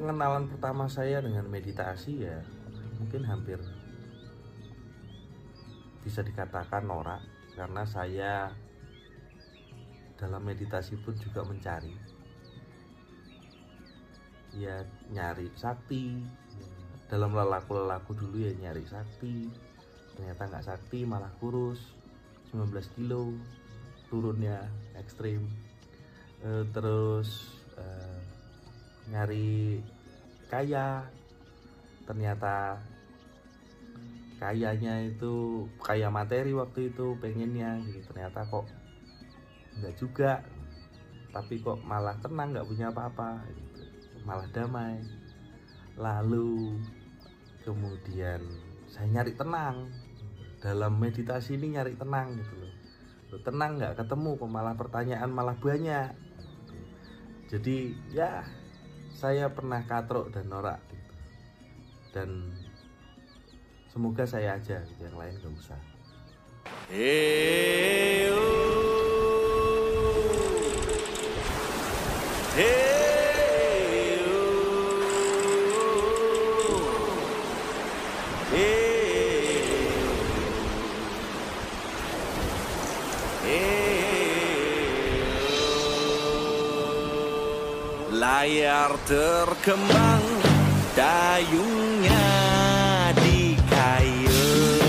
pengenalan pertama saya dengan meditasi ya mungkin hampir bisa dikatakan norak, karena saya dalam meditasi pun juga mencari, ya nyari sakti. Dalam lelaku dulu ya nyari sakti, ternyata nggak sakti, malah kurus 19 kilo, turunnya ekstrim. Terus nyari kaya, ternyata kayanya itu kaya materi waktu itu pengennya gitu, ternyata kok enggak juga, tapi kok malah tenang, nggak punya apa-apa gitu, malah damai. Lalu kemudian saya nyari tenang dalam meditasi ini, nyari tenang gitu loh. Tenang nggak ketemu, kok malah pertanyaan malah banyak. Jadi ya saya pernah katrok dan norak gitu. Dan semoga saya aja gitu, yang lain gak usah. Layar terkembang, dayungnya di kayu.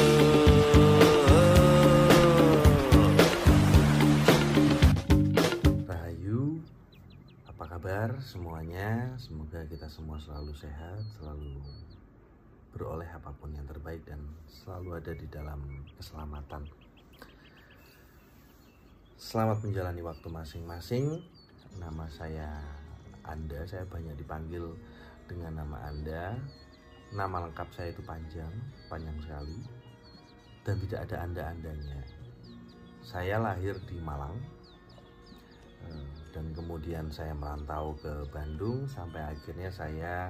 Rahayu, apa kabar semuanya? Semoga kita semua selalu sehat, selalu beroleh apapun yang terbaik, dan selalu ada di dalam keselamatan. Selamat menjalani waktu masing-masing. Nama saya Anda, saya banyak dipanggil dengan nama Anda. Nama lengkap saya itu panjang sekali, dan tidak ada anda-andanya. Saya lahir di Malang, dan kemudian saya merantau ke Bandung, sampai akhirnya saya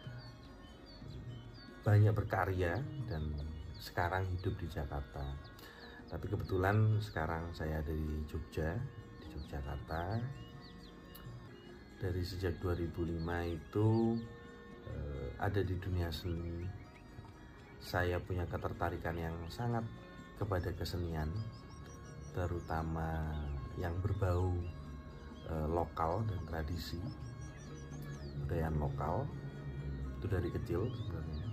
banyak berkarya dan sekarang hidup di Jakarta. Tapi kebetulan sekarang saya ada di Yogyakarta. Dari sejak 2005 itu ada di dunia seni. Saya punya ketertarikan yang sangat kepada kesenian, terutama yang berbau lokal dan tradisi, budaya lokal. Itu dari kecil sebenarnya.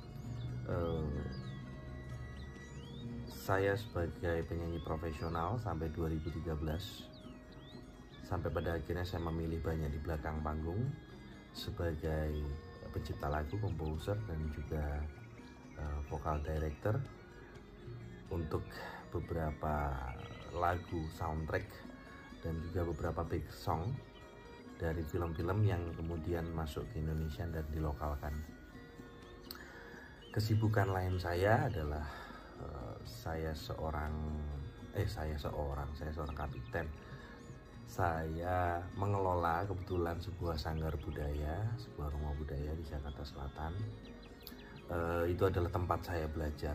Saya sebagai penyanyi profesional sampai 2013, sampai pada akhirnya saya memilih banyak di belakang panggung sebagai pencipta lagu, komposer, dan juga vokal director untuk beberapa lagu soundtrack dan juga beberapa big song dari film-film yang kemudian masuk ke Indonesia dan dilokalkan. Kesibukan lain saya adalah saya seorang kapiten. Saya mengelola kebetulan sebuah sanggar budaya, sebuah rumah budaya di Jakarta Selatan. Itu adalah tempat saya belajar,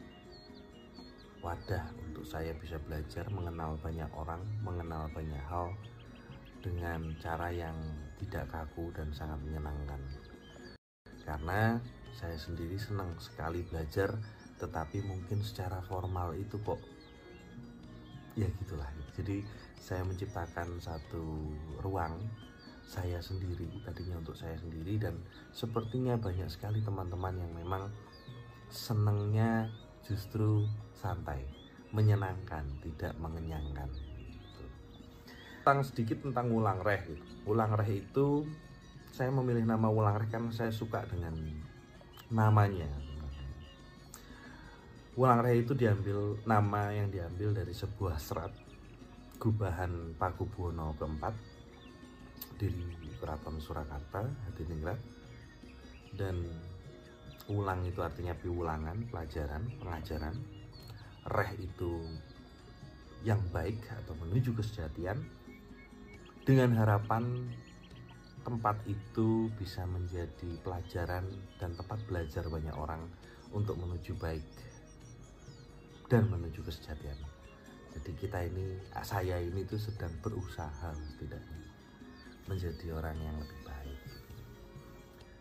wadah untuk saya bisa belajar, mengenal banyak orang, mengenal banyak hal dengan cara yang tidak kaku dan sangat menyenangkan. Karena saya sendiri senang sekali belajar, tetapi mungkin secara formal itu kok ya gitulah. Jadi saya menciptakan satu ruang saya sendiri, tadinya untuk saya sendiri, dan sepertinya banyak sekali teman-teman yang memang senangnya justru santai, menyenangkan, tidak mengenyangkan. Sedikit tentang Wulang Reh. Wulang Reh itu, saya memilih nama Wulang Reh karena saya suka dengan namanya. Wulang Reh itu nama yang diambil dari sebuah serat gubahan Pakubuwono keempat di Keraton Surakarta, Hadiningrat. Dan Wulang itu artinya piwulangan, pelajaran, pengajaran. Reh itu yang baik atau menuju kesejatian, dengan harapan tempat itu bisa menjadi pelajaran dan tempat belajar banyak orang untuk menuju baik dan menuju kesejatian. Jadi saya ini tuh sedang berusaha setidaknya menjadi orang yang lebih baik.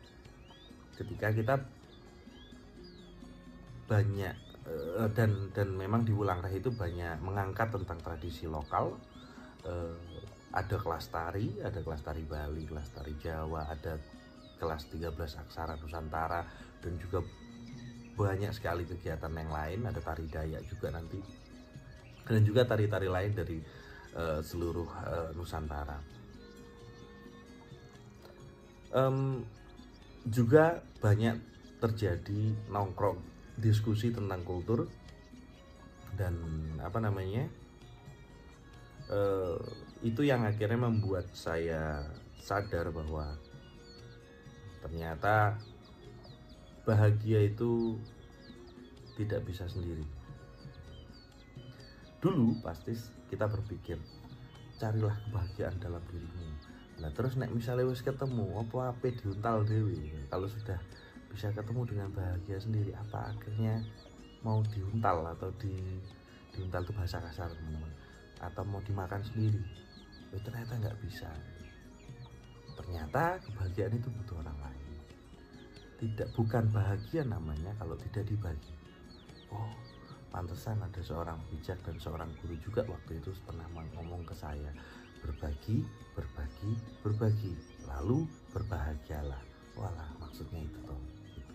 ketika kita banyak dan memang di Wulangreh itu banyak mengangkat tentang tradisi lokal. Ada kelas tari Bali, kelas tari Jawa, ada kelas 13 aksara Nusantara, dan juga banyak sekali kegiatan yang lain. Ada tari Dayak juga nanti, dan juga tari-tari lain dari seluruh Nusantara. Juga banyak terjadi nongkrong diskusi tentang kultur dan itu yang akhirnya membuat saya sadar bahwa ternyata bahagia itu tidak bisa sendiri. Dulu pasti kita berpikir, carilah kebahagiaan dalam dirimu. Nah terus nek misalnya wis ketemu, apa diuntal dewi. Kalau sudah bisa ketemu dengan bahagia sendiri, apa akhirnya mau diuntal atau diuntal itu bahasa kasar teman-teman, atau mau dimakan sendiri? Ternyata nggak bisa. Ternyata kebahagiaan itu butuh orang lain. Bukan bahagia namanya kalau tidak dibagi. Oh, pantesan ada seorang bijak dan seorang guru juga waktu itu pernah ngomong ke saya, berbagi, lalu berbahagialah. Walah, maksudnya itu toh.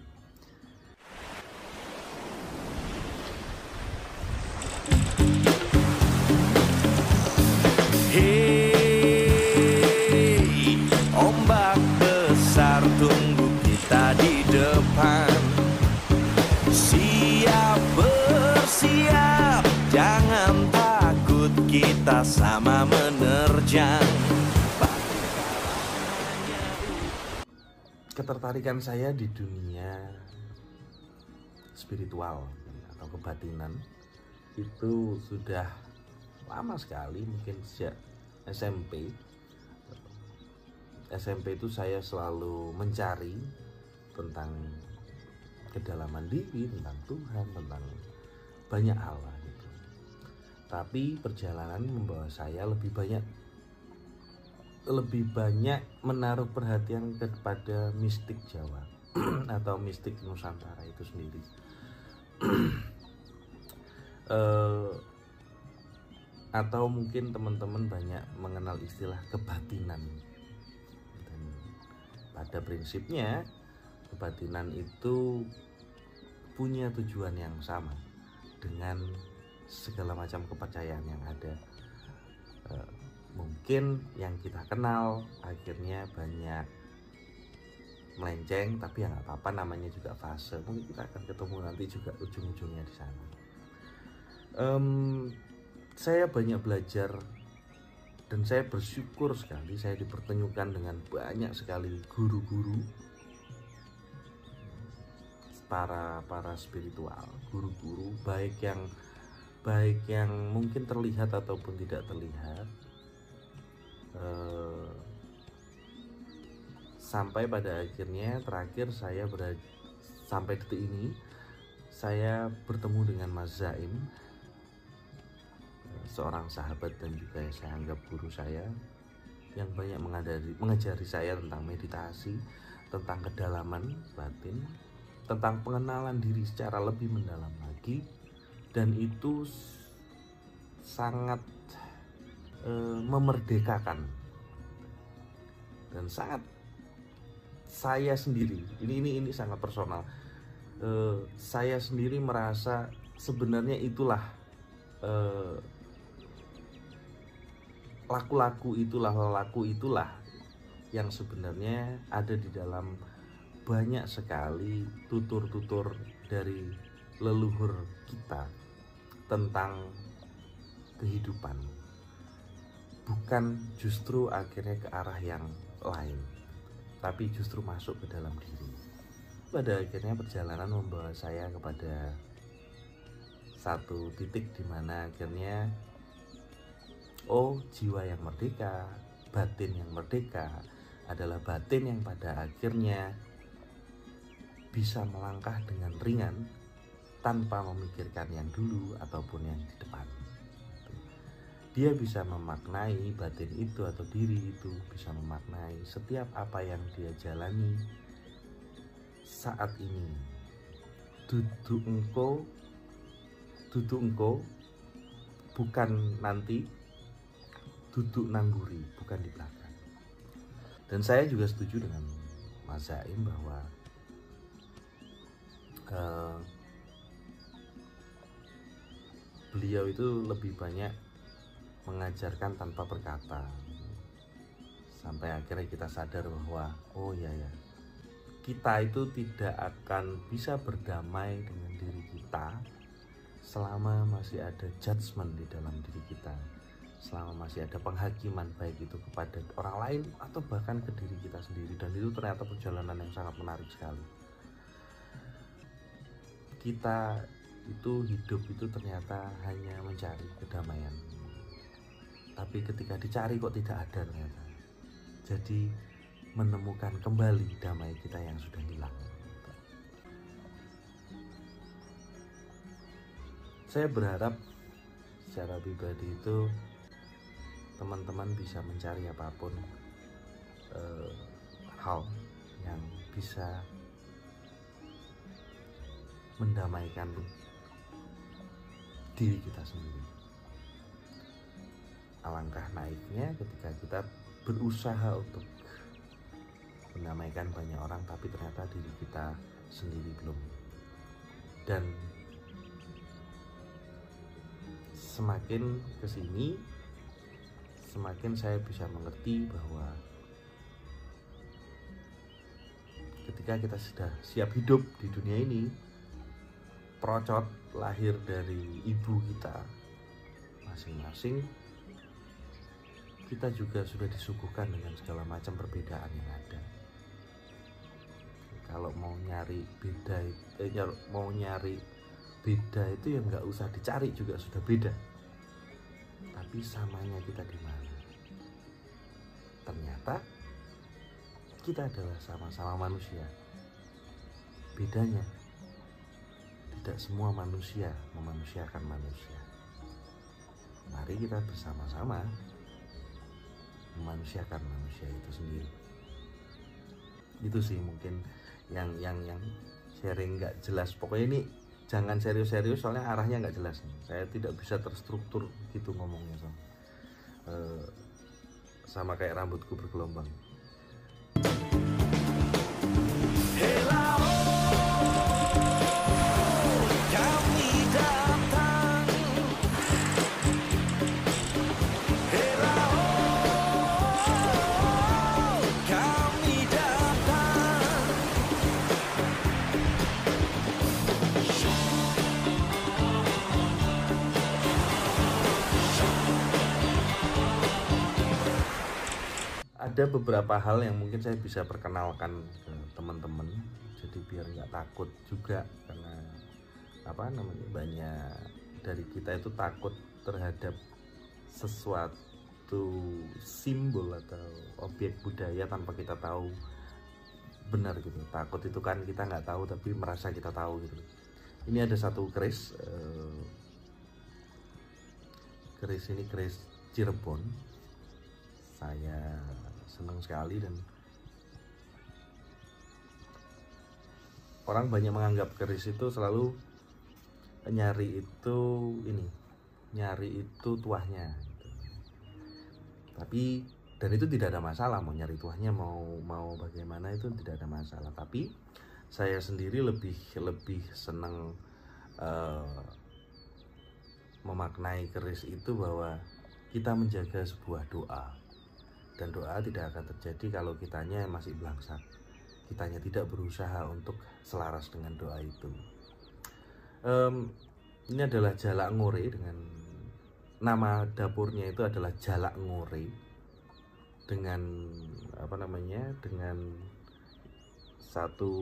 Hei, ombak besar tunggu kita di depan. Siap bersiap, jangan takut, kita sama menerjang. Ketertarikan saya di dunia spiritual atau kebatinan itu sudah lama sekali, mungkin sejak SMP. SMP itu saya selalu mencari tentang kedalaman diri, tentang Tuhan, tentang banyak hal lah gitu. Tapi perjalanan membawa saya lebih banyak menaruh perhatian kepada mistik Jawa atau mistik Nusantara itu sendiri. Atau mungkin teman-teman banyak mengenal istilah kebatinan. Dan pada prinsipnya kebatinan itu punya tujuan yang sama dengan segala macam kepercayaan yang ada. Mungkin yang kita kenal akhirnya banyak melenceng, tapi ya nggak apa-apa, namanya juga fase. Mungkin kita akan ketemu nanti juga ujung-ujungnya di sana. Saya banyak belajar dan saya bersyukur sekali saya dipertemukan dengan banyak sekali guru-guru, para spiritual, guru-guru baik yang mungkin terlihat ataupun tidak terlihat, sampai pada akhirnya terakhir sampai detik ini saya bertemu dengan Mas Zaim, seorang sahabat dan juga saya anggap guru saya, yang banyak mengajari saya tentang meditasi, tentang kedalaman batin, tentang pengenalan diri secara lebih mendalam lagi. Dan itu sangat memerdekakan dan sangat, saya sendiri ini sangat personal, saya sendiri merasa sebenarnya itulah lelaku itulah yang sebenarnya ada di dalam banyak sekali tutur-tutur dari leluhur kita tentang kehidupan, bukan justru akhirnya ke arah yang lain, tapi justru masuk ke dalam diri. Pada akhirnya perjalanan membawa saya kepada satu titik di mana akhirnya jiwa yang merdeka, batin yang merdeka adalah batin yang pada akhirnya bisa melangkah dengan ringan tanpa memikirkan yang dulu ataupun yang di depan. Dia bisa memaknai batin itu atau diri itu, bisa memaknai setiap apa yang dia jalani saat ini, duduk engko bukan nanti, duduk nangguri bukan di belakang. Dan saya juga setuju dengan Mas Zaim bahwa beliau itu lebih banyak mengajarkan tanpa berkata, sampai akhirnya kita sadar bahwa oh ya, kita itu tidak akan bisa berdamai dengan diri kita selama masih ada judgement di dalam diri kita, selama masih ada penghakiman baik itu kepada orang lain atau bahkan ke diri kita sendiri. Dan itu ternyata perjalanan yang sangat menarik sekali. Kita itu hidup itu ternyata hanya mencari kedamaian, tapi ketika dicari kok tidak ada ternyata. Jadi menemukan kembali damai kita yang sudah hilang. Saya berharap secara pribadi itu teman-teman bisa mencari apapun hal yang bisa mendamaikan diri kita sendiri. Alangkah naifnya ketika kita berusaha untuk mendamaikan banyak orang, tapi ternyata diri kita sendiri belum. Dan semakin kesini, semakin saya bisa mengerti bahwa ketika kita sudah siap hidup di dunia ini, procot lahir dari ibu kita masing-masing, kita juga sudah disuguhkan dengan segala macam perbedaan yang ada. Kalau mau nyari beda, itu ya nggak usah dicari, juga sudah beda. Tapi samanya kita di mana? Ternyata kita adalah sama-sama manusia. Bedanya, tidak semua manusia memanusiakan manusia. Mari kita bersama-sama memanusiakan manusia itu sendiri. Itu sih mungkin yang sharing nggak jelas. Pokoknya ini jangan serius-serius, soalnya arahnya nggak jelas nih. Saya tidak bisa terstruktur gitu ngomongnya, sama kayak rambutku bergelombang. Ada beberapa hal yang mungkin saya bisa perkenalkan ke teman-teman, jadi biar nggak takut juga, karena banyak dari kita itu takut terhadap sesuatu simbol atau objek budaya tanpa kita tahu benar gitu. Takut itu kan kita nggak tahu tapi merasa kita tahu gitu. Ini ada satu keris, ini keris Cirebon. Saya senang sekali, dan orang banyak menganggap keris itu selalu nyari itu tuahnya gitu. Tapi dan itu tidak ada masalah, mau nyari tuahnya mau bagaimana itu tidak ada masalah. Tapi saya sendiri lebih senang memaknai keris itu bahwa kita menjaga sebuah doa. Dan doa tidak akan terjadi kalau kitanya masih belangsak, kitanya tidak berusaha untuk selaras dengan doa itu. Ini adalah jalak ngore, dengan nama dapurnya itu adalah jalak ngore, dengan dengan satu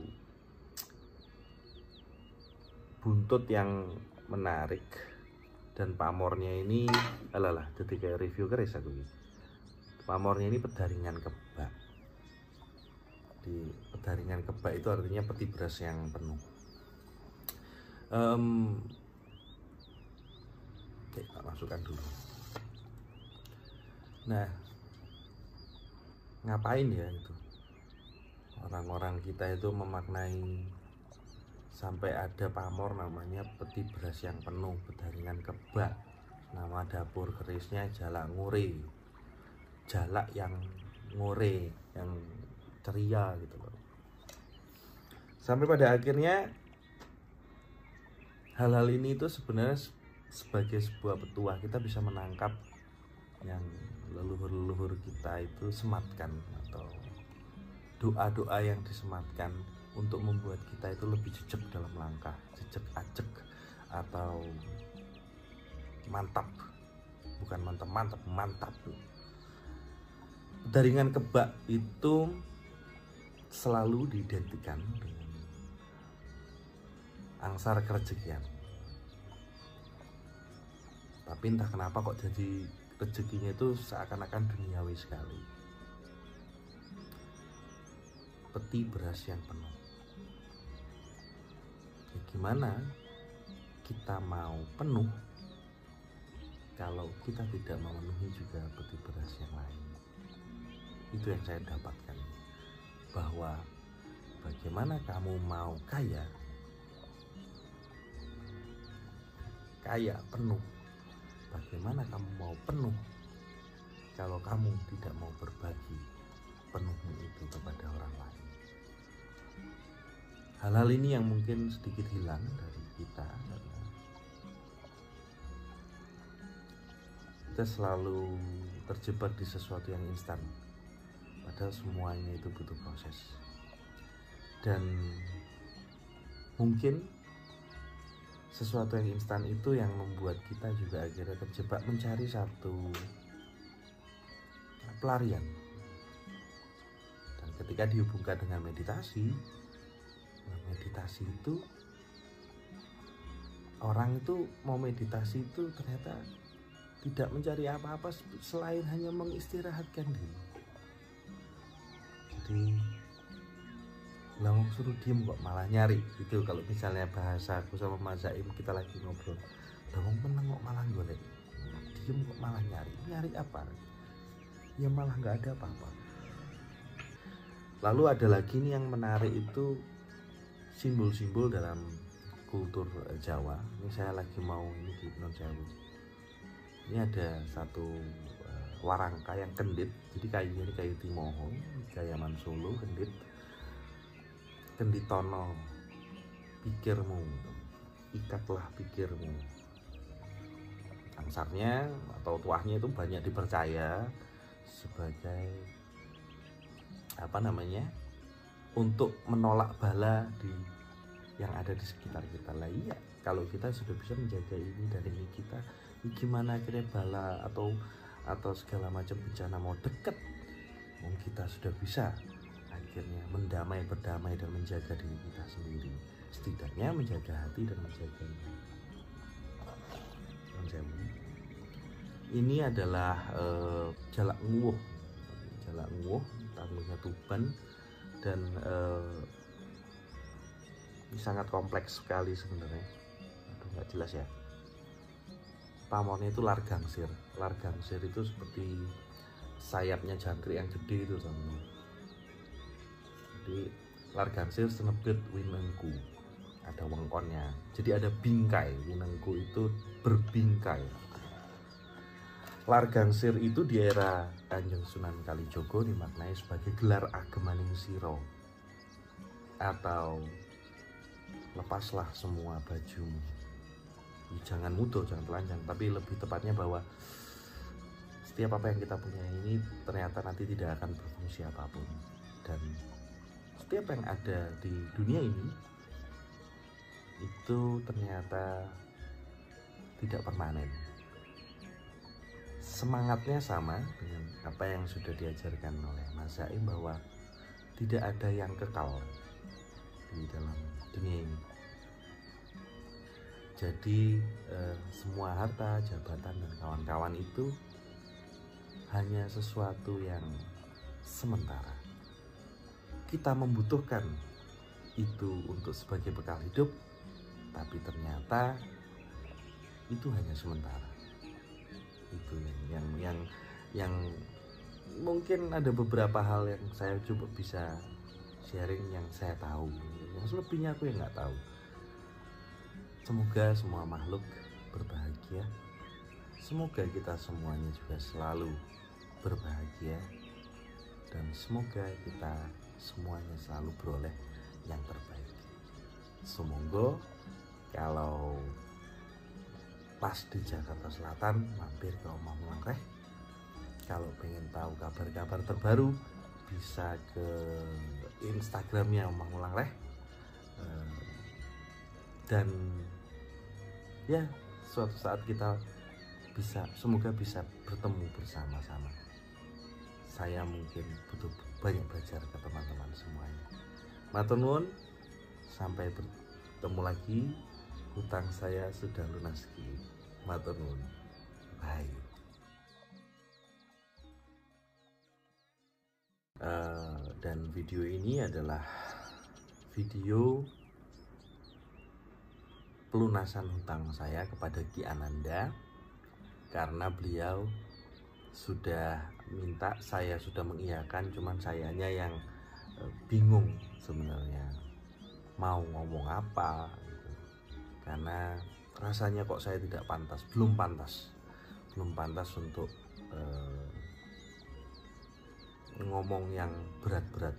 buntut yang menarik. Dan pamornya ini ketika review keris aku gitu. Pamornya ini pedaringan kebak. Di pedaringan kebak itu artinya peti beras yang penuh. Oke, tak masukkan dulu. Nah, ngapain ya itu? Orang-orang kita itu memaknai sampai ada pamor namanya peti beras yang penuh berdaringan kebak. Nama dapur kerisnya jalak ngure, jalak yang ngure, yang ceria gitu loh. Sampai pada akhirnya hal-hal ini itu sebenarnya sebagai sebuah petuah kita bisa menangkap yang leluhur-leluhur kita itu sematkan, atau doa-doa yang disematkan untuk membuat kita itu lebih jejak dalam langkah, jejak ajek atau mantap, bukan mantap. Daringan kebak itu selalu diidentikan dengan angsar kerejekian. Tapi entah kenapa kok jadi rezekinya itu seakan-akan duniawi sekali. Peti beras yang penuh. Ya, gimana kita mau penuh kalau kita tidak memenuhi juga peti beras yang lain? Itu yang saya dapatkan, bahwa bagaimana kamu mau kaya penuh, bagaimana kamu mau penuh kalau kamu tidak mau berbagi penuhmu itu kepada orang lain. Hal-hal ini yang mungkin sedikit hilang dari kita, karena kita selalu terjebak di sesuatu yang instan, padahal semuanya itu butuh proses. Dan mungkin sesuatu yang instan itu yang membuat kita juga akhirnya terjebak mencari satu pelarian. Dan ketika dihubungkan dengan meditasi itu, orang itu mau meditasi itu ternyata tidak mencari apa-apa selain hanya mengistirahatkan diri. Jadi lawang suruh diem kok malah nyari gitu. Kalau misalnya bahasa aku sama Mas Zaim kita lagi ngobrol, lawang meneng kok malah golek, diem kok malah nyari apa? Ya malah nggak ada apa-apa. Lalu ada lagi nih yang menarik, itu simbol-simbol dalam kultur Jawa. Ini saya lagi mau ini di Non Sewu. Ini ada satu warangka yang kendit. Jadi kayunya ini kayu timoho, Gayaman Solo, kenditono pikirmu, ikatlah pikirmu. Angsarnya atau tuahnya itu banyak dipercaya sebagai untuk menolak bala yang ada di sekitar kita. Lah iya, kalau kita sudah bisa menjaga ini dan ini, kita gimana akhirnya bala atau segala macam bencana mau deket, kita sudah bisa akhirnya berdamai dan menjaga diri kita sendiri, setidaknya menjaga hati dan menjaga ini adalah jalak nguwuh, tangguhnya Tuban. Dan ini sangat kompleks sekali sebenarnya. Aduh, nggak jelas ya. Pamornya itu largangsir. Largangsir itu seperti sayapnya jangkrik yang gede itu teman-teman. Jadi largangsir senebet winengku, ada wengkonnya. Jadi ada bingkai, winengku itu berbingkai. Largangsir itu di era Kanjeng Sunan Kalijogo dimaknai sebagai gelar agemaning siro, atau lepaslah semua bajumu. Jangan mudo, jangan telanjang, tapi lebih tepatnya bahwa setiap apa yang kita punya ini ternyata nanti tidak akan berfungsi apapun. Dan setiap yang ada di dunia ini itu ternyata tidak permanen. Semangatnya sama dengan apa yang sudah diajarkan oleh Mas Zaim, bahwa tidak ada yang kekal di dalam dunia ini. Jadi semua harta, jabatan, dan kawan-kawan itu hanya sesuatu yang sementara. Kita membutuhkan itu untuk sebagai bekal hidup, tapi ternyata itu hanya sementara. Itu yang mungkin ada beberapa hal yang saya coba bisa sharing yang saya tahu, yang selebihnya aku yang nggak tahu. Semoga semua makhluk berbahagia, semoga kita semuanya juga selalu berbahagia, dan semoga kita semuanya selalu beroleh yang terbaik. Semoga kalau pas di Jakarta Selatan mampir ke Omah Mulangreh. Kalau pengen tahu kabar-kabar terbaru bisa ke Instagramnya Omah Mulangreh. Dan ya, suatu saat kita semoga bisa bertemu bersama-sama. Saya mungkin butuh banyak belajar ke teman-teman semuanya. Matur nuwun, sampai bertemu lagi. Hutang saya sudah lunas. Matur nuwun. Bye. Dan video ini adalah video pelunasan hutang saya kepada Ki Ananda, karena beliau sudah minta, saya sudah mengiyakan, cuman sayanya yang bingung sebenarnya mau ngomong apa gitu. Karena rasanya kok saya tidak pantas, belum pantas untuk ngomong yang berat-berat.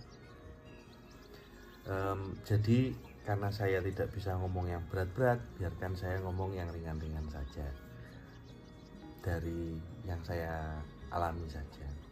Jadi karena saya tidak bisa ngomong yang berat-berat, biarkan saya ngomong yang ringan-ringan saja, dari yang saya alami saja.